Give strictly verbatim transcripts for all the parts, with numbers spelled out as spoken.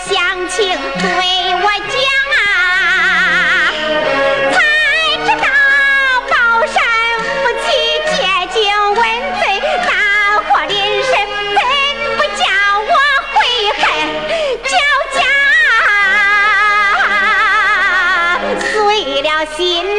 详情对我讲啊，才知道宝山夫妻借酒问罪，大祸临身，怎不叫我悔恨交加，碎了心呐、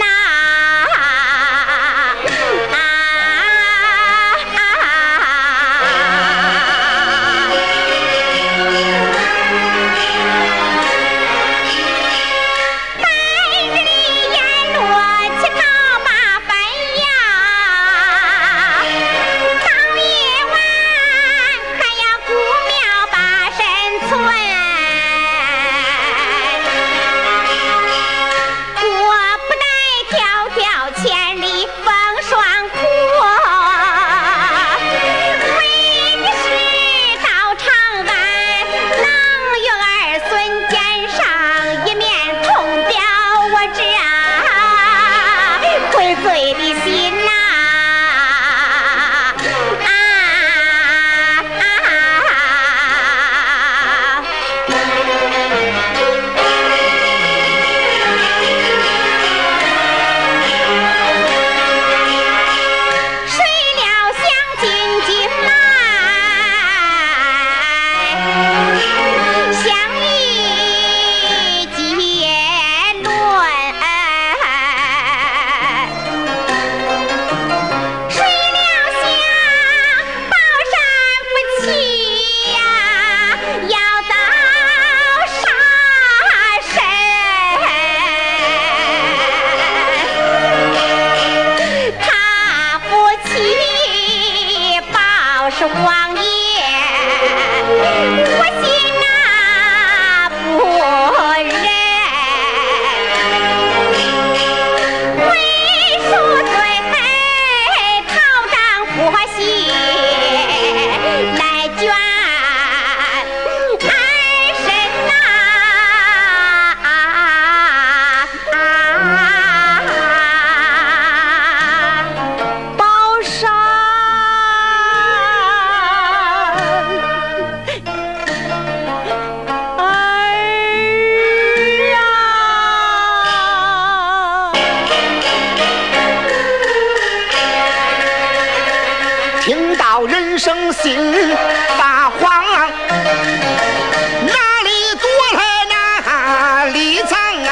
人生心发慌，哪里躲来哪里藏啊？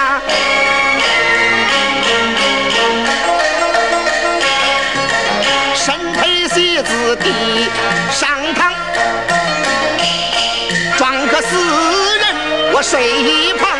身陪戏子地上堂，装个死人我睡一旁。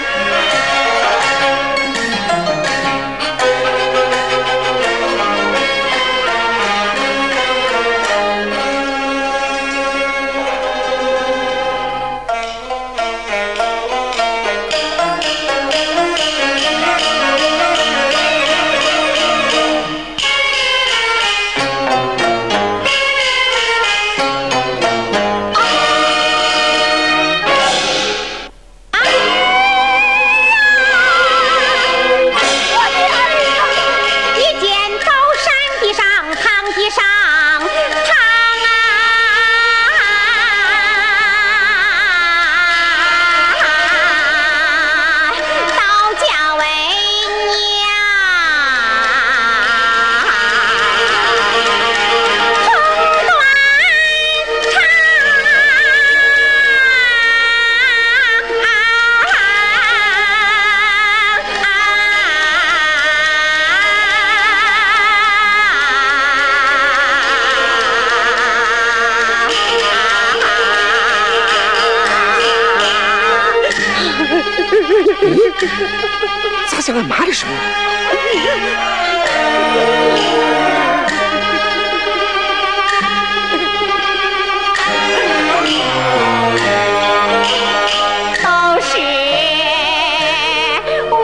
咋像俺妈的声音？ 都是为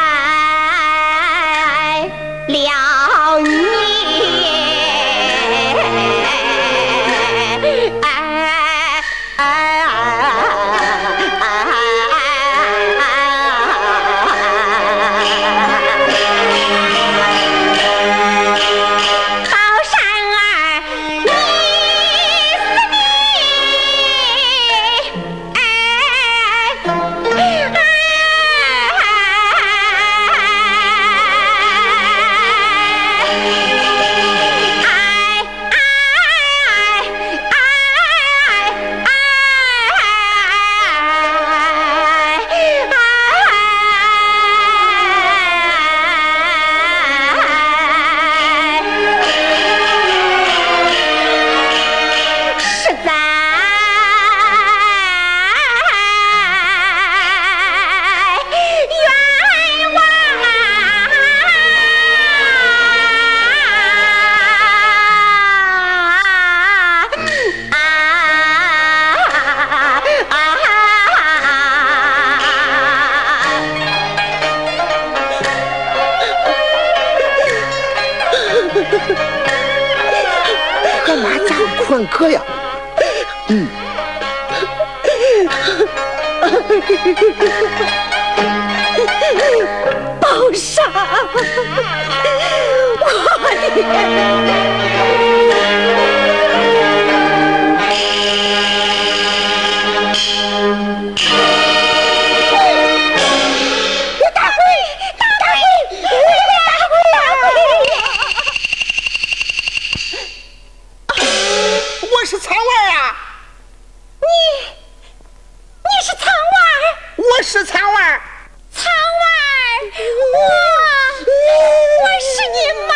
娘。 款哥呀。嗯。 宝山，我大会，大会，大会，大会！ 我是苍娃啊！ 你，你是苍娃？ 我是苍娃。 苍娃，我我是你妈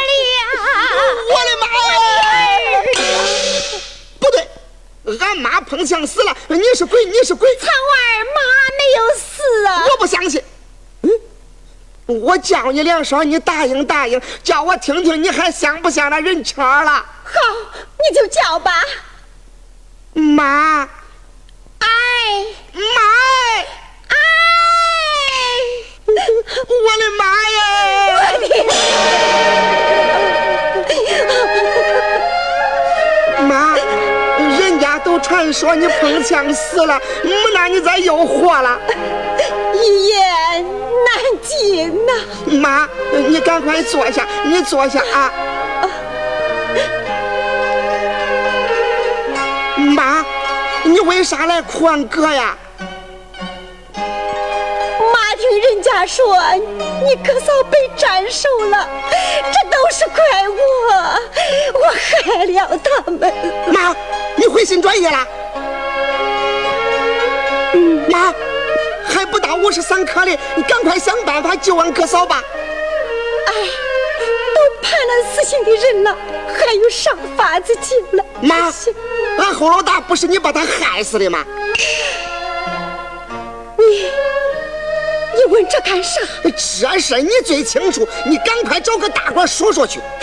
了！我的妈呀！不对，俺妈碰枪死了，你是鬼，你是鬼！ 苍娃，妈没有死啊！ 我不相信。嗯，我叫你两声，你答应答应，叫我听听，你还像不像那人腔了？ 好，你就叫吧。 妈， 哎， 妈哎！我的妈呀！妈，人家都传说你碰枪死了，那你咋又活了？ 一言难尽呐！ 妈，你赶快坐下，你坐下啊！妈，你为啥来哭俺哥呀？ 听人家说你哥嫂被斩首了，这都是怪我，我害了他们。 妈，你回心转意了？嗯，妈，还不到五十三颗哩，你赶快想办法救俺哥嫂吧。 哎，都判了死刑的人了，还有啥法子救了？ 妈，俺后老大不是你把他害死的吗？ 你。你问这干啥？ 这事你最清楚，你赶快找个大官说说去。啊！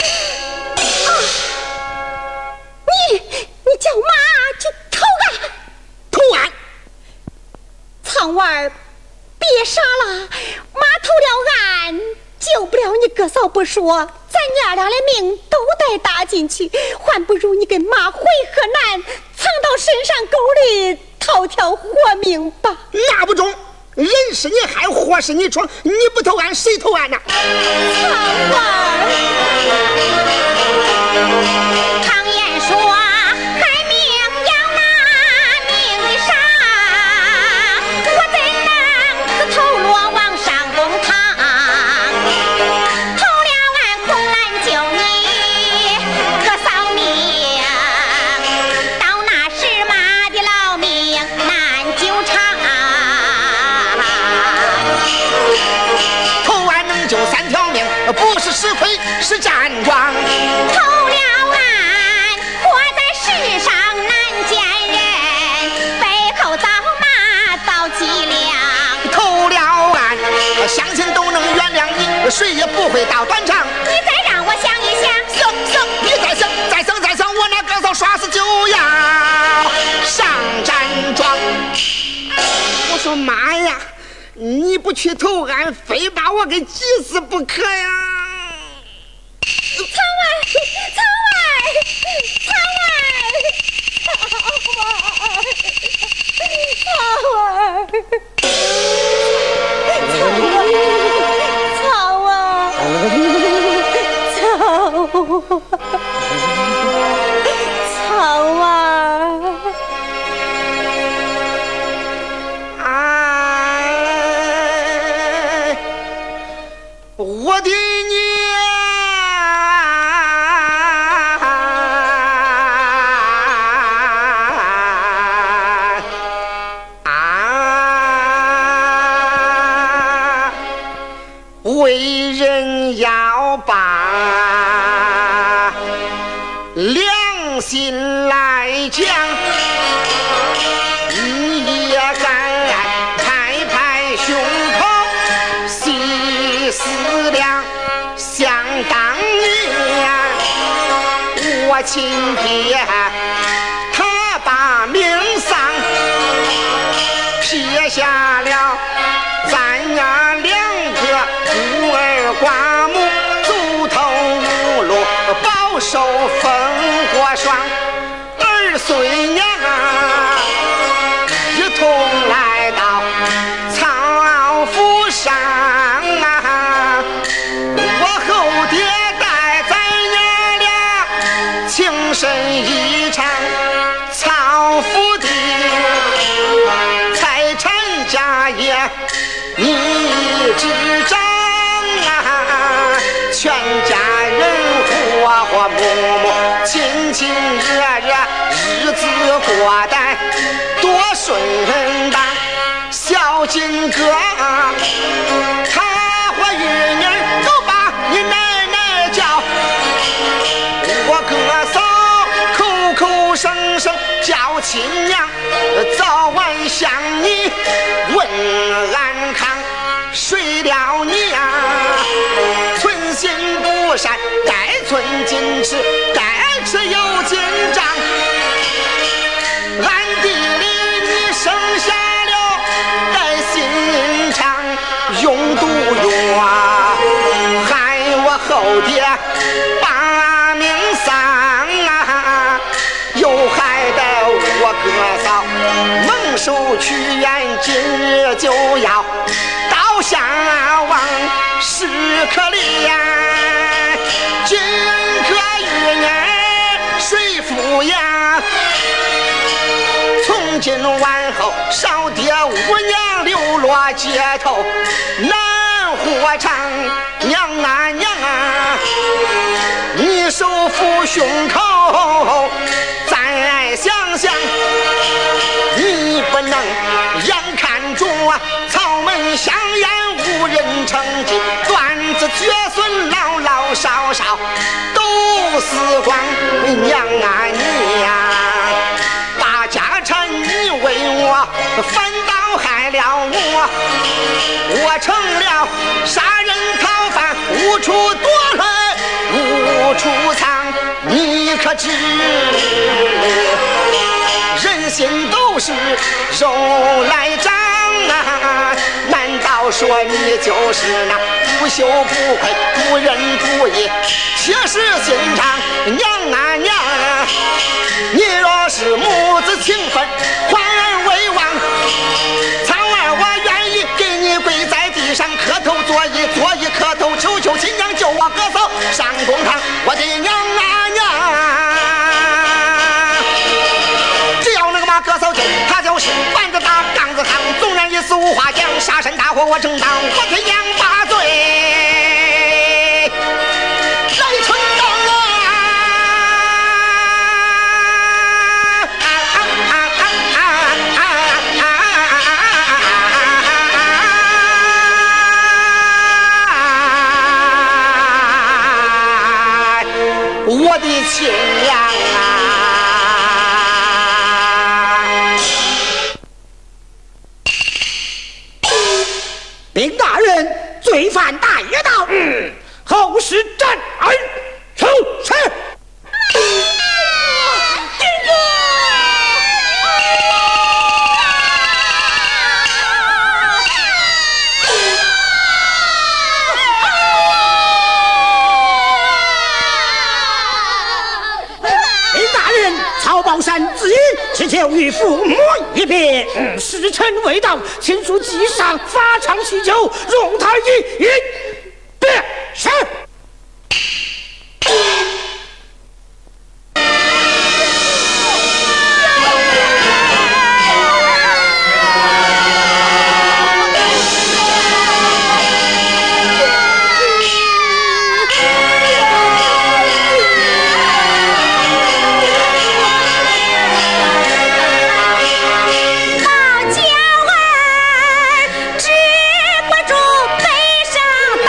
你你叫妈去投案！ 投案！ 苍娃儿，别傻了，妈投了案，救不了你哥嫂不说，咱娘俩的命都得搭进去，还不如你跟妈回河南，藏到深山沟里，讨条活命吧。 那不中。人是你害，祸是你闯，你不投案谁投案呢？ 苍娃儿，常言说害命要拿命的杀，我怎能自投罗网上公堂？投了案空难救你哥嫂命，到那时妈的老命难久长。 不是吃亏，是站桩。 投了案，活在世上难见人，背后遭骂遭脊梁。 投了案，相信都能原谅你，谁也不会到断肠。 你再让我想一想， 想想，你再想，再想，再想，我那哥嫂耍死就要上站桩。我说妈呀！你不去投案，非把我给急死不可呀！ 苍娃，苍娃，苍娃，苍娃，苍娃，苍娃，苍娃。 我的娘啊！为人要把良心来讲，你也该拍拍胸口细思量。想当年我亲爹他把命丧，撇下了咱呀两个孤儿寡母，走投无路，饱受烽火霜。 亲亲热热，日子过得多顺当。小金哥，他和玉妮都把你奶奶叫，我哥嫂口口声声叫亲娘，早晚向你问安康。睡了你呀、啊，存心不善，该存矜持，该吃有进账。暗地里你生下了带心肠，用毒药啊，害我后爹把命丧啊，又害得我哥嫂蒙受屈冤，今日就要刀下王，是可怜。今可与你谁抚养？从今往后，少爹无娘流落街头，难活长。娘啊娘啊，你手扶胸口，再想想，你不能眼看着草门香烟无人承继，断子绝孙老老少少都死光。娘啊你呀、啊，把家产你为我反倒害了我，我成了杀人逃犯，无处躲来无处藏。你可知人心都是肉来长啊？难道说你就是那不羞不愧、不仁不义、铁石心肠？娘啊娘啊，你若是母子情分，还儿为王，苍儿我愿意给你跪在地上磕头作揖，作揖磕头，求求亲娘救我哥嫂上公堂。我的娘啊娘啊，只要那个马哥嫂救，他就是板子大杠子扛，纵然一俗话讲，杀身大祸我承担，我推娘把罪来承担啊！我的亲娘啊！ 禀大人，罪犯大爷到，嗯，后事斩而处是。宝山子玉祈求与父母一别，嗯、时辰未到，请恕祭上法场祈求，容他一一别是。 知不住悲伤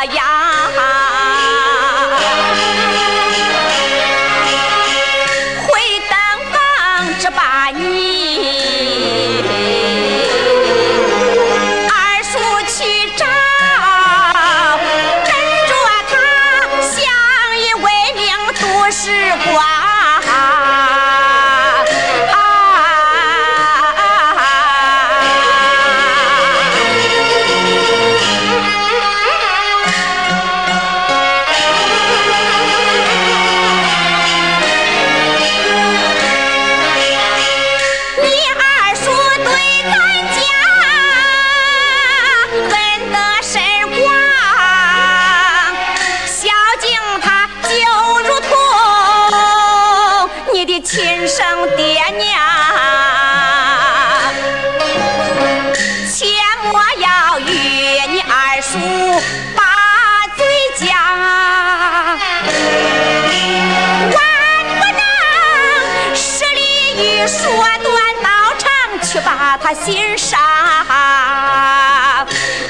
样。回灯房只把你二叔去找，跟着他相依为命度时光。亲生爹娘，切莫要与你二叔把嘴讲，万不能实力与说断到场去把他心上。啊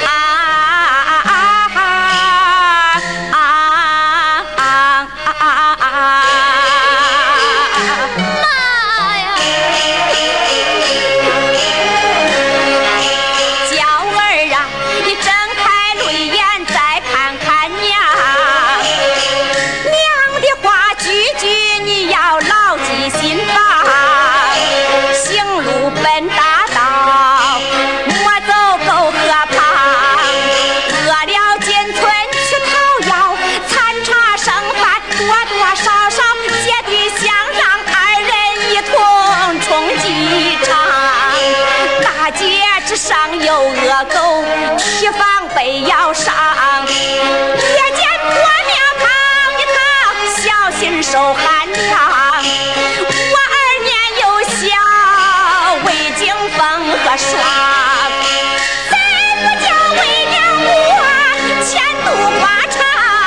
上有恶狗，提防被咬伤。夜间破庙躺一躺，小心受寒凉。我二年幼小，未经风和霜，再不叫为娘我前途花长。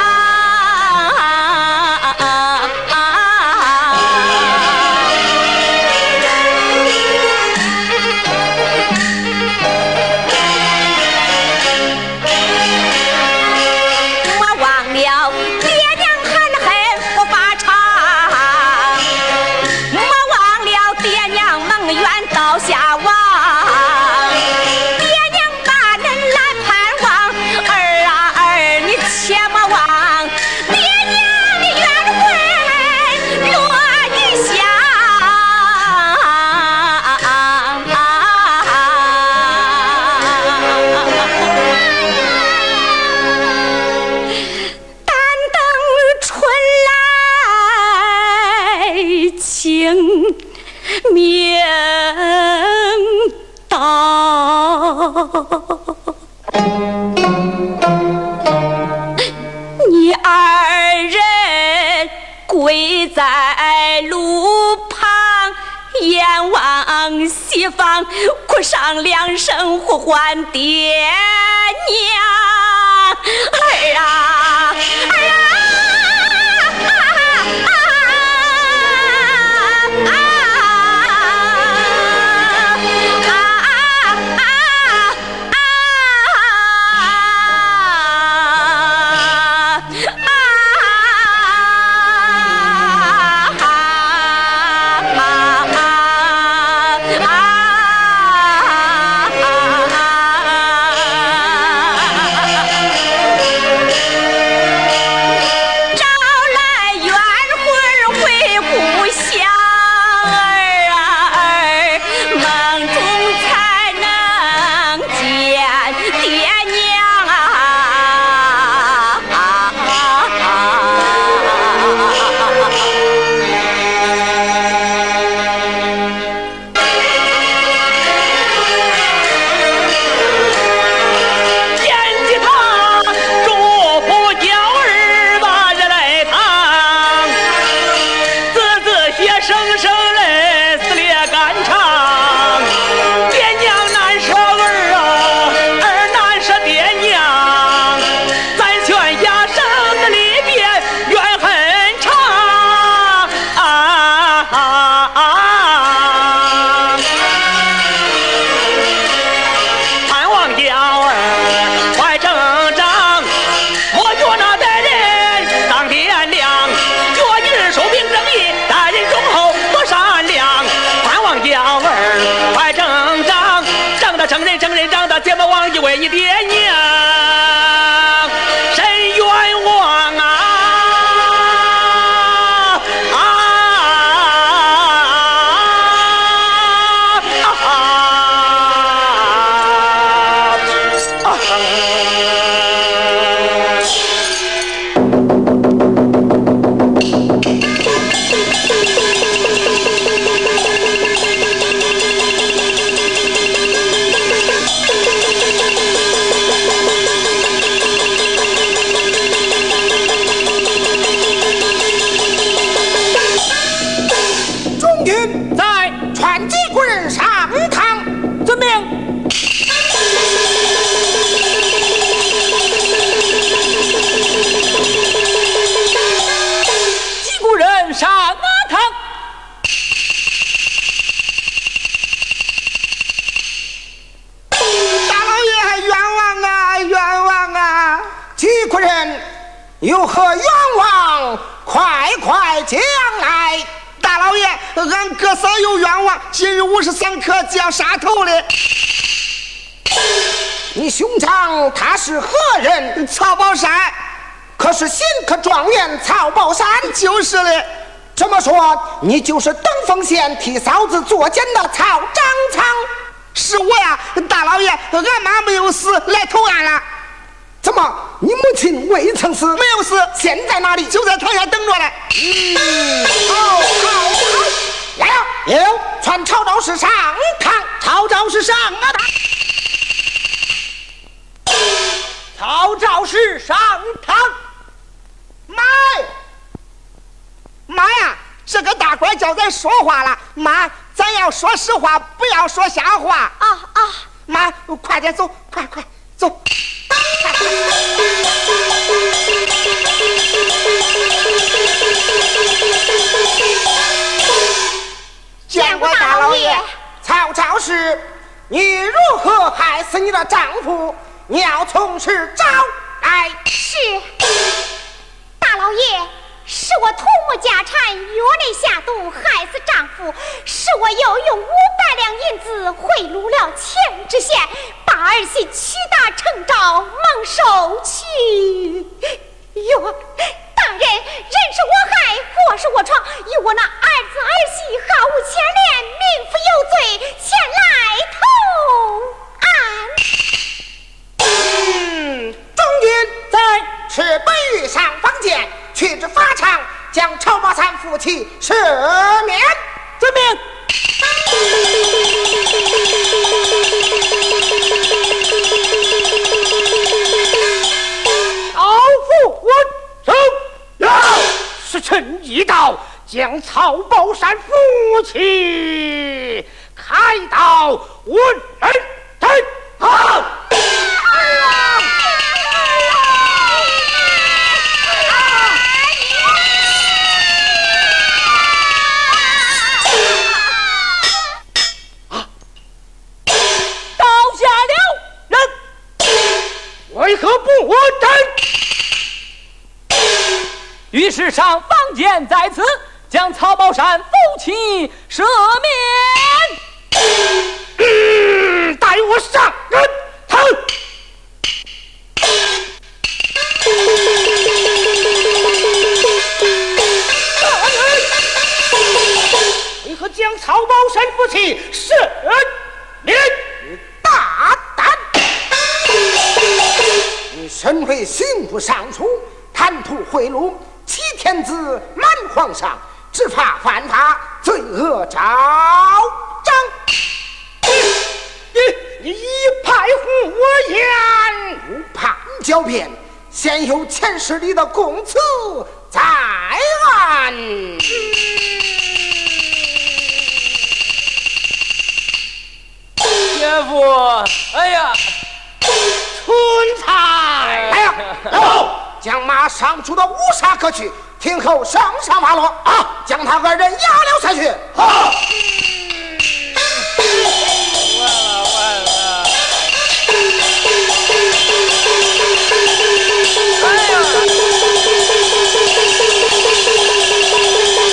你二人跪在路旁，眼望西方，哭上两声呼唤爹娘。儿啊儿啊没承认长大，怎么忘记为你爹娘？真冤枉啊！啊啊啊！啊有何冤枉，快快讲来！ 大老爷，俺哥嫂有冤枉，今日午时三刻就要杀头的。 你兄长他是何人？ 曹宝山， 可是新科状元曹宝山。 就是的。 这么说，你就是登封县替嫂子作监的曹张苍？ 是我呀，大老爷，俺妈没有死，来投案了。 怎么，你母亲未曾死？ 没有死， 现在哪里？ 就在台下等着嘞。 嗯，好，好，好，来了，有传曹昭氏上堂。 曹昭氏上啊堂。曹昭氏上堂。 妈，妈呀，这个大官叫咱说话了，妈，咱要说实话，不要说瞎话。 啊啊！ 妈，快点走，快快走。 见过大老爷。 曹昭氏，你如何害死你的丈夫？你要从实招来。 是，大老爷，是我图谋家产，越内下毒，害死丈夫。是我又用五百两银子贿赂了前知县，把儿媳屈打成招，蒙受去。哟，大人，人是我害，祸是我闯，以我那儿子儿媳毫无牵连，民妇有罪，前来投案。 嗯，中军在持本狱上房间，去至法场，将曹宝山夫妻赦免。遵命。 老夫我走。时辰已到，将曹宝山夫妻开刀问人真好。为何不问真？ 于是上房间在此，将曹宝山夫妻赦免。 嗯，待我上人头。为何将曹宝山夫妻赦免？ 大胆！你身为刑部尚书，贪图贿赂，欺天子瞒皇上，只怕犯法，罪恶昭彰。 你你一派胡言， 不怕你狡辩，先有前世里的供词在案。 姐夫，哎呀！ 春菜， 来呀！走，将马上主的乌纱革去，听候圣上发落啊！将他二人押了下去。好。 完了完了！哎呀！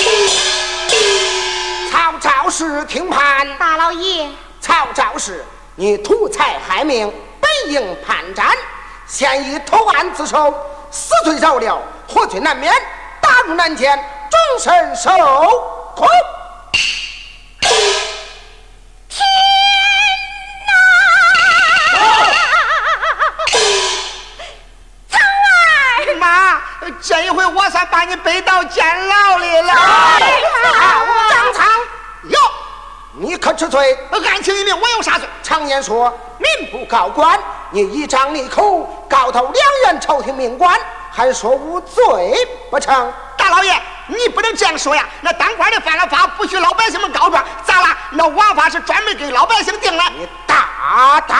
曹昭氏听判。 大老爷， 曹昭氏， 你图财害命，本应叛战，现已投案自首，死罪饶了，活罪难免，打入南监，终身受苦。 天哪！苍儿， 妈，这一回我算把你背到监牢里了。 张苍，哟，你可知罪？ 案情一明，我有啥罪？ 常言说，民不告官，你一张利口告到两院朝廷命官，还说无罪不成？ 大老爷，你不能这样说呀！那当官的犯了法，不许老百姓们告状，咋啦？那王法是专门给老百姓定的。 你大胆！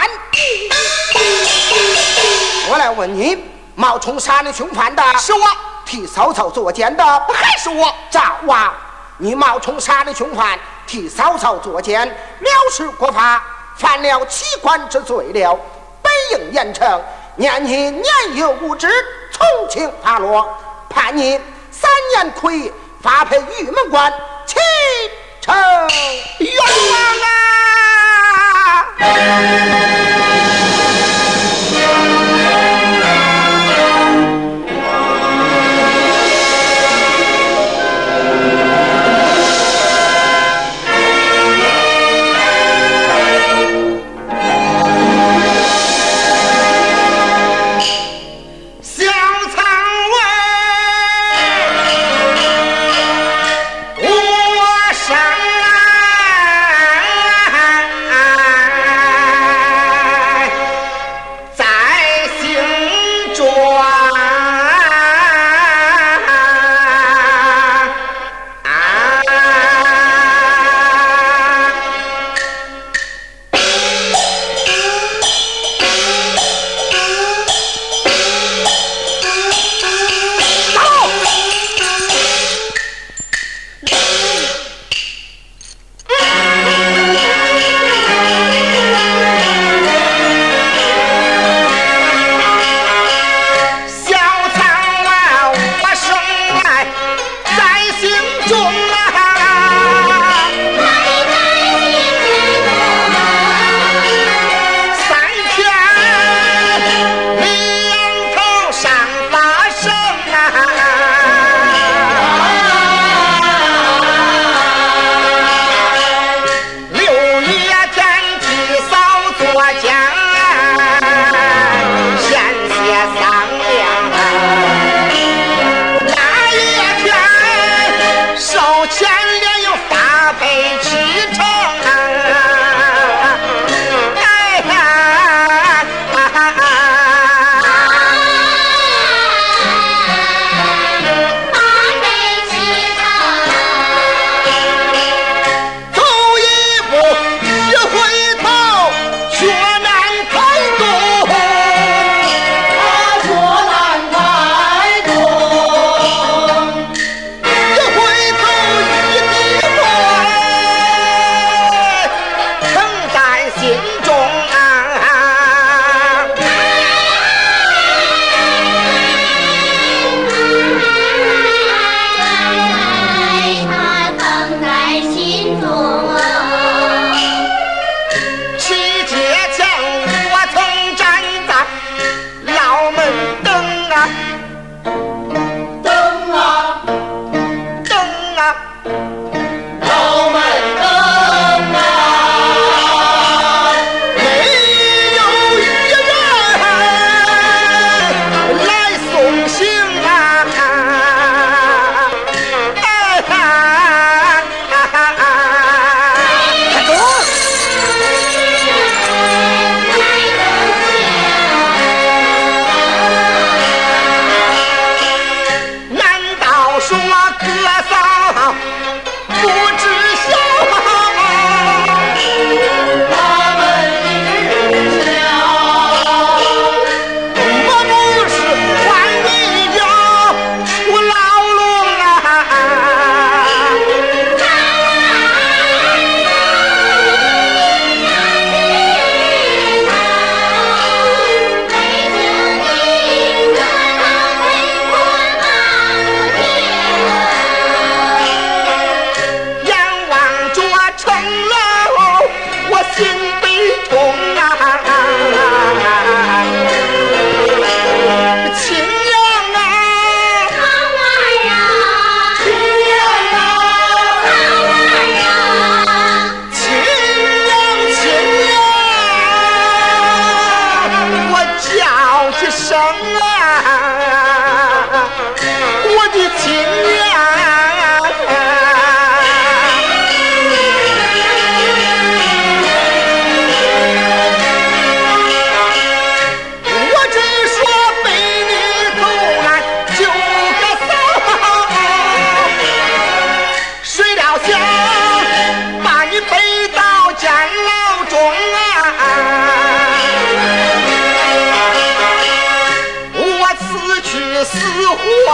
我来问你，冒充杀人凶犯的是我， 替嫂嫂作奸的不还是我？ 赵娃，你冒充杀人凶犯，替嫂嫂作奸，藐视国法，犯了欺官之罪了，本应严惩。念你年幼无知，从轻发落，判你三年苦役，发配玉门关，启程。 冤枉啊！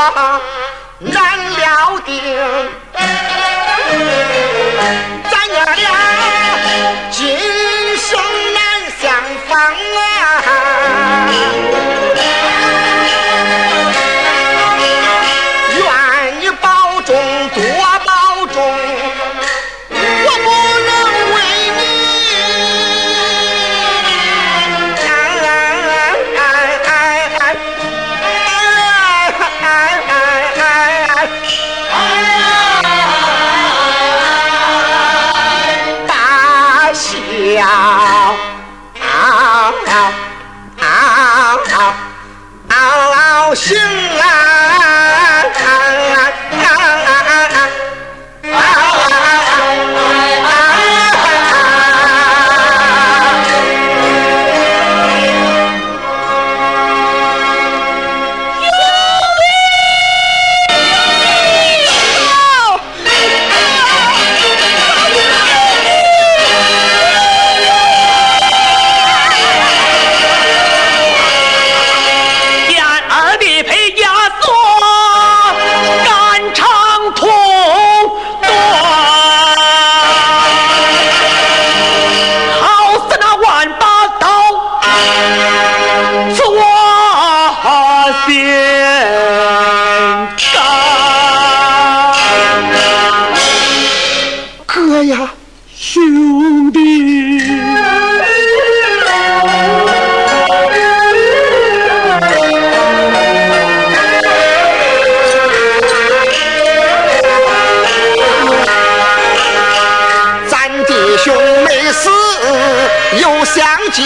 难料定，咱娘俩今生难相逢啊！愿你保重，多保重，我不能为要嗷嗷嗷嗷嗷行啊！哥呀，兄弟！咱弟兄没死又相见，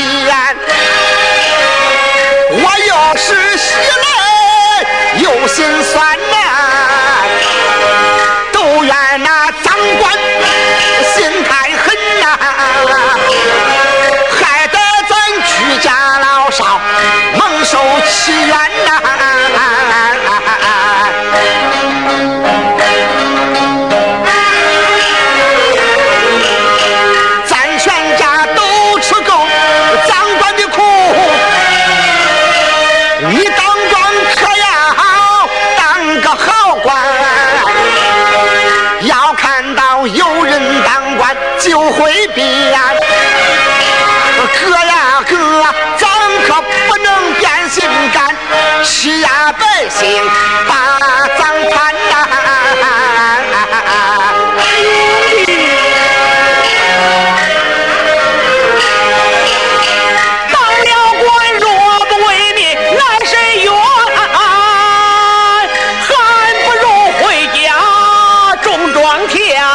我又是喜泪又心酸呐，都怨那长官心太狠呐，害得咱居家老少蒙受其冤呐。咱全家都吃够长官的苦，你当官可要当个好官，要看到有人当官就会变。哥呀哥，咱可不能变心肝，欺压百姓把咱看呐。当了官若不为民来谁冤，还不如回家种庄田。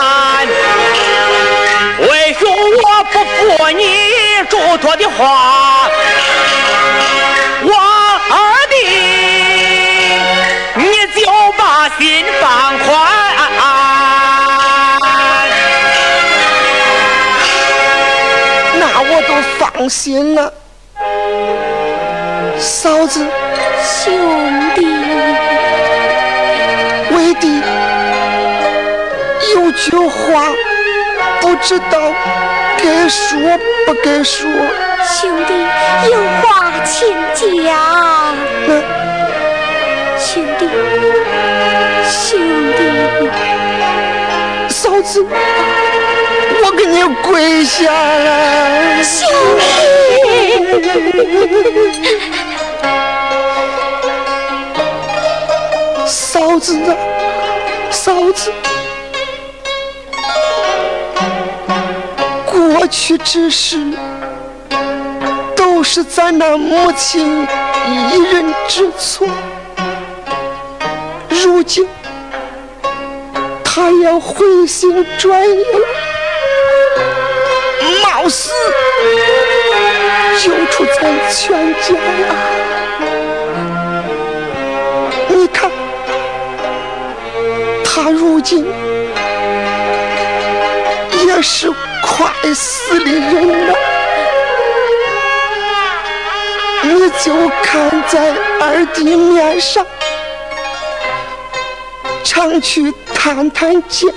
为兄我不负你嘱托的话，我二弟你就把心放宽。那我都放心了。嫂子， 兄弟， 为弟有句话不知道该说不该说。 兄弟，有话请讲。 嗯， 兄弟，兄弟， 嫂子，我给你跪下了。 兄弟， 嫂子啊，嫂子，过去之事都是咱那母亲一人之错，如今她要回心转意了，貌似救出咱全家了。你看她如今也是快死的人了，你就看在二弟面上，常去探探监，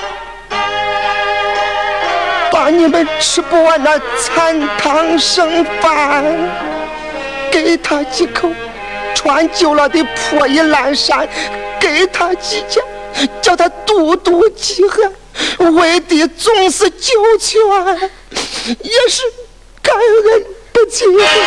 把你们吃不完那残汤剩饭给他几口，穿旧了的破衣烂衫给他几钱，叫他肚肚饥寒，为的总是救全，也是感恩不尽。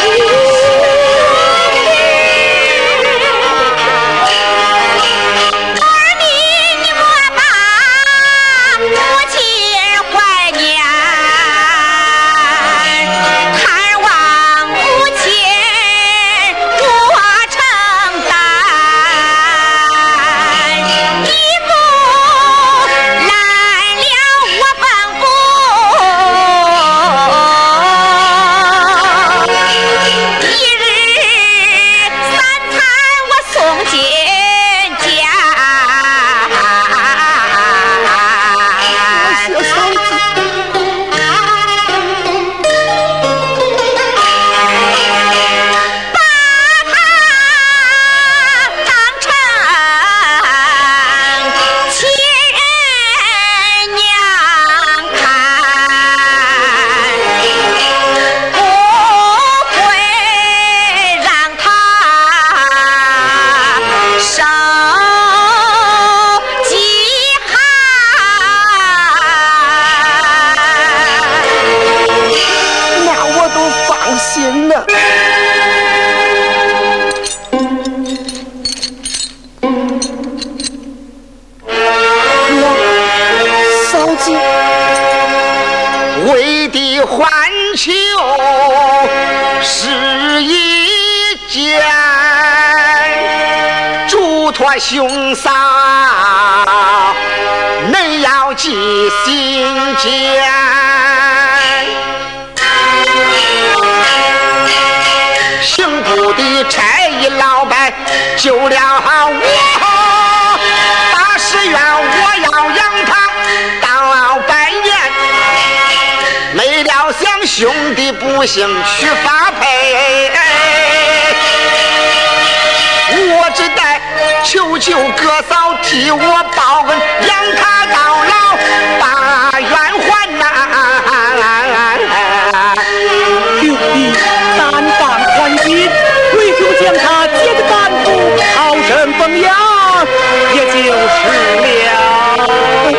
兄嫂，恁要记心间。刑部的差役老板救了我，八十元我要养他当百年。没料想兄弟不幸去发配，我只待求求哥嫂替我报恩，养他到老把冤还呐！ 兄弟单放还金，为求将他接的干部好生奉养，也就是了。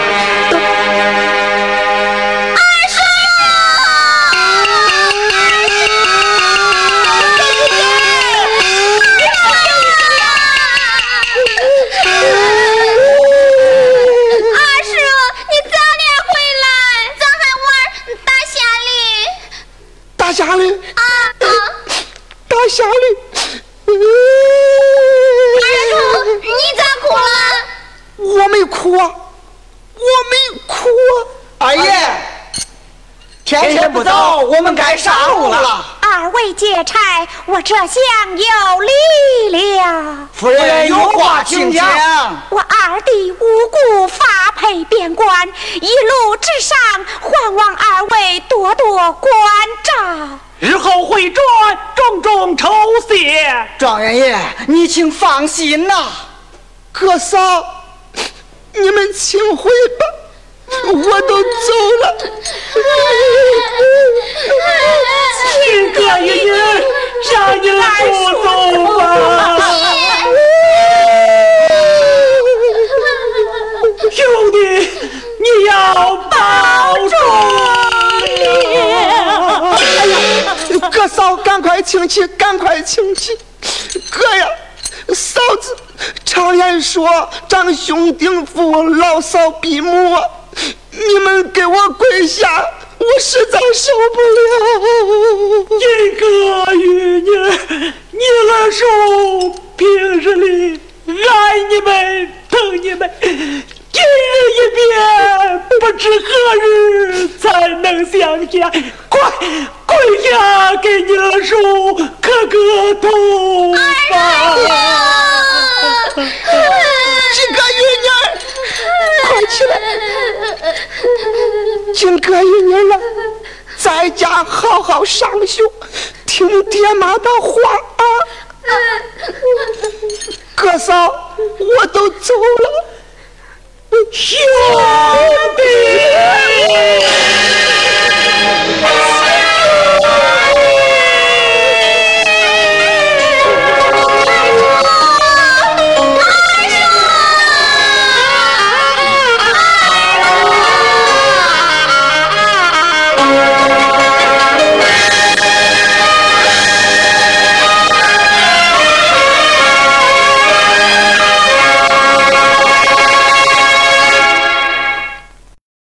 下来啊！打下来！ 二叔，你咋哭了？ 我没哭啊，我没哭啊！ 二爷，天天不早，我们该上路了。 二位借差，我这厢有礼了。 夫人有话请讲。 我二弟无故发配边关，一路之上，还望二位多多关照。 日后回转，重重酬谢。 状元爷，你请放心呐。 哥嫂，你们请回吧，我都走了。 亲哥爷爷，让你来走吧。兄弟，你要保重了。 哎呀，哥嫂，赶快请起，赶快请起。哥呀，嫂子，常言说，长兄顶父，老嫂比母，你们给我跪下，我实在受不了。 一个与你，你二叔平日里爱你们，疼你们，今日一别，不知何日才能相见。快跪下给你二叔磕个头吧。 金哥玉女儿，快起来！金哥玉女儿，在家好好上学，听爹妈的话啊！哥嫂，我都走了。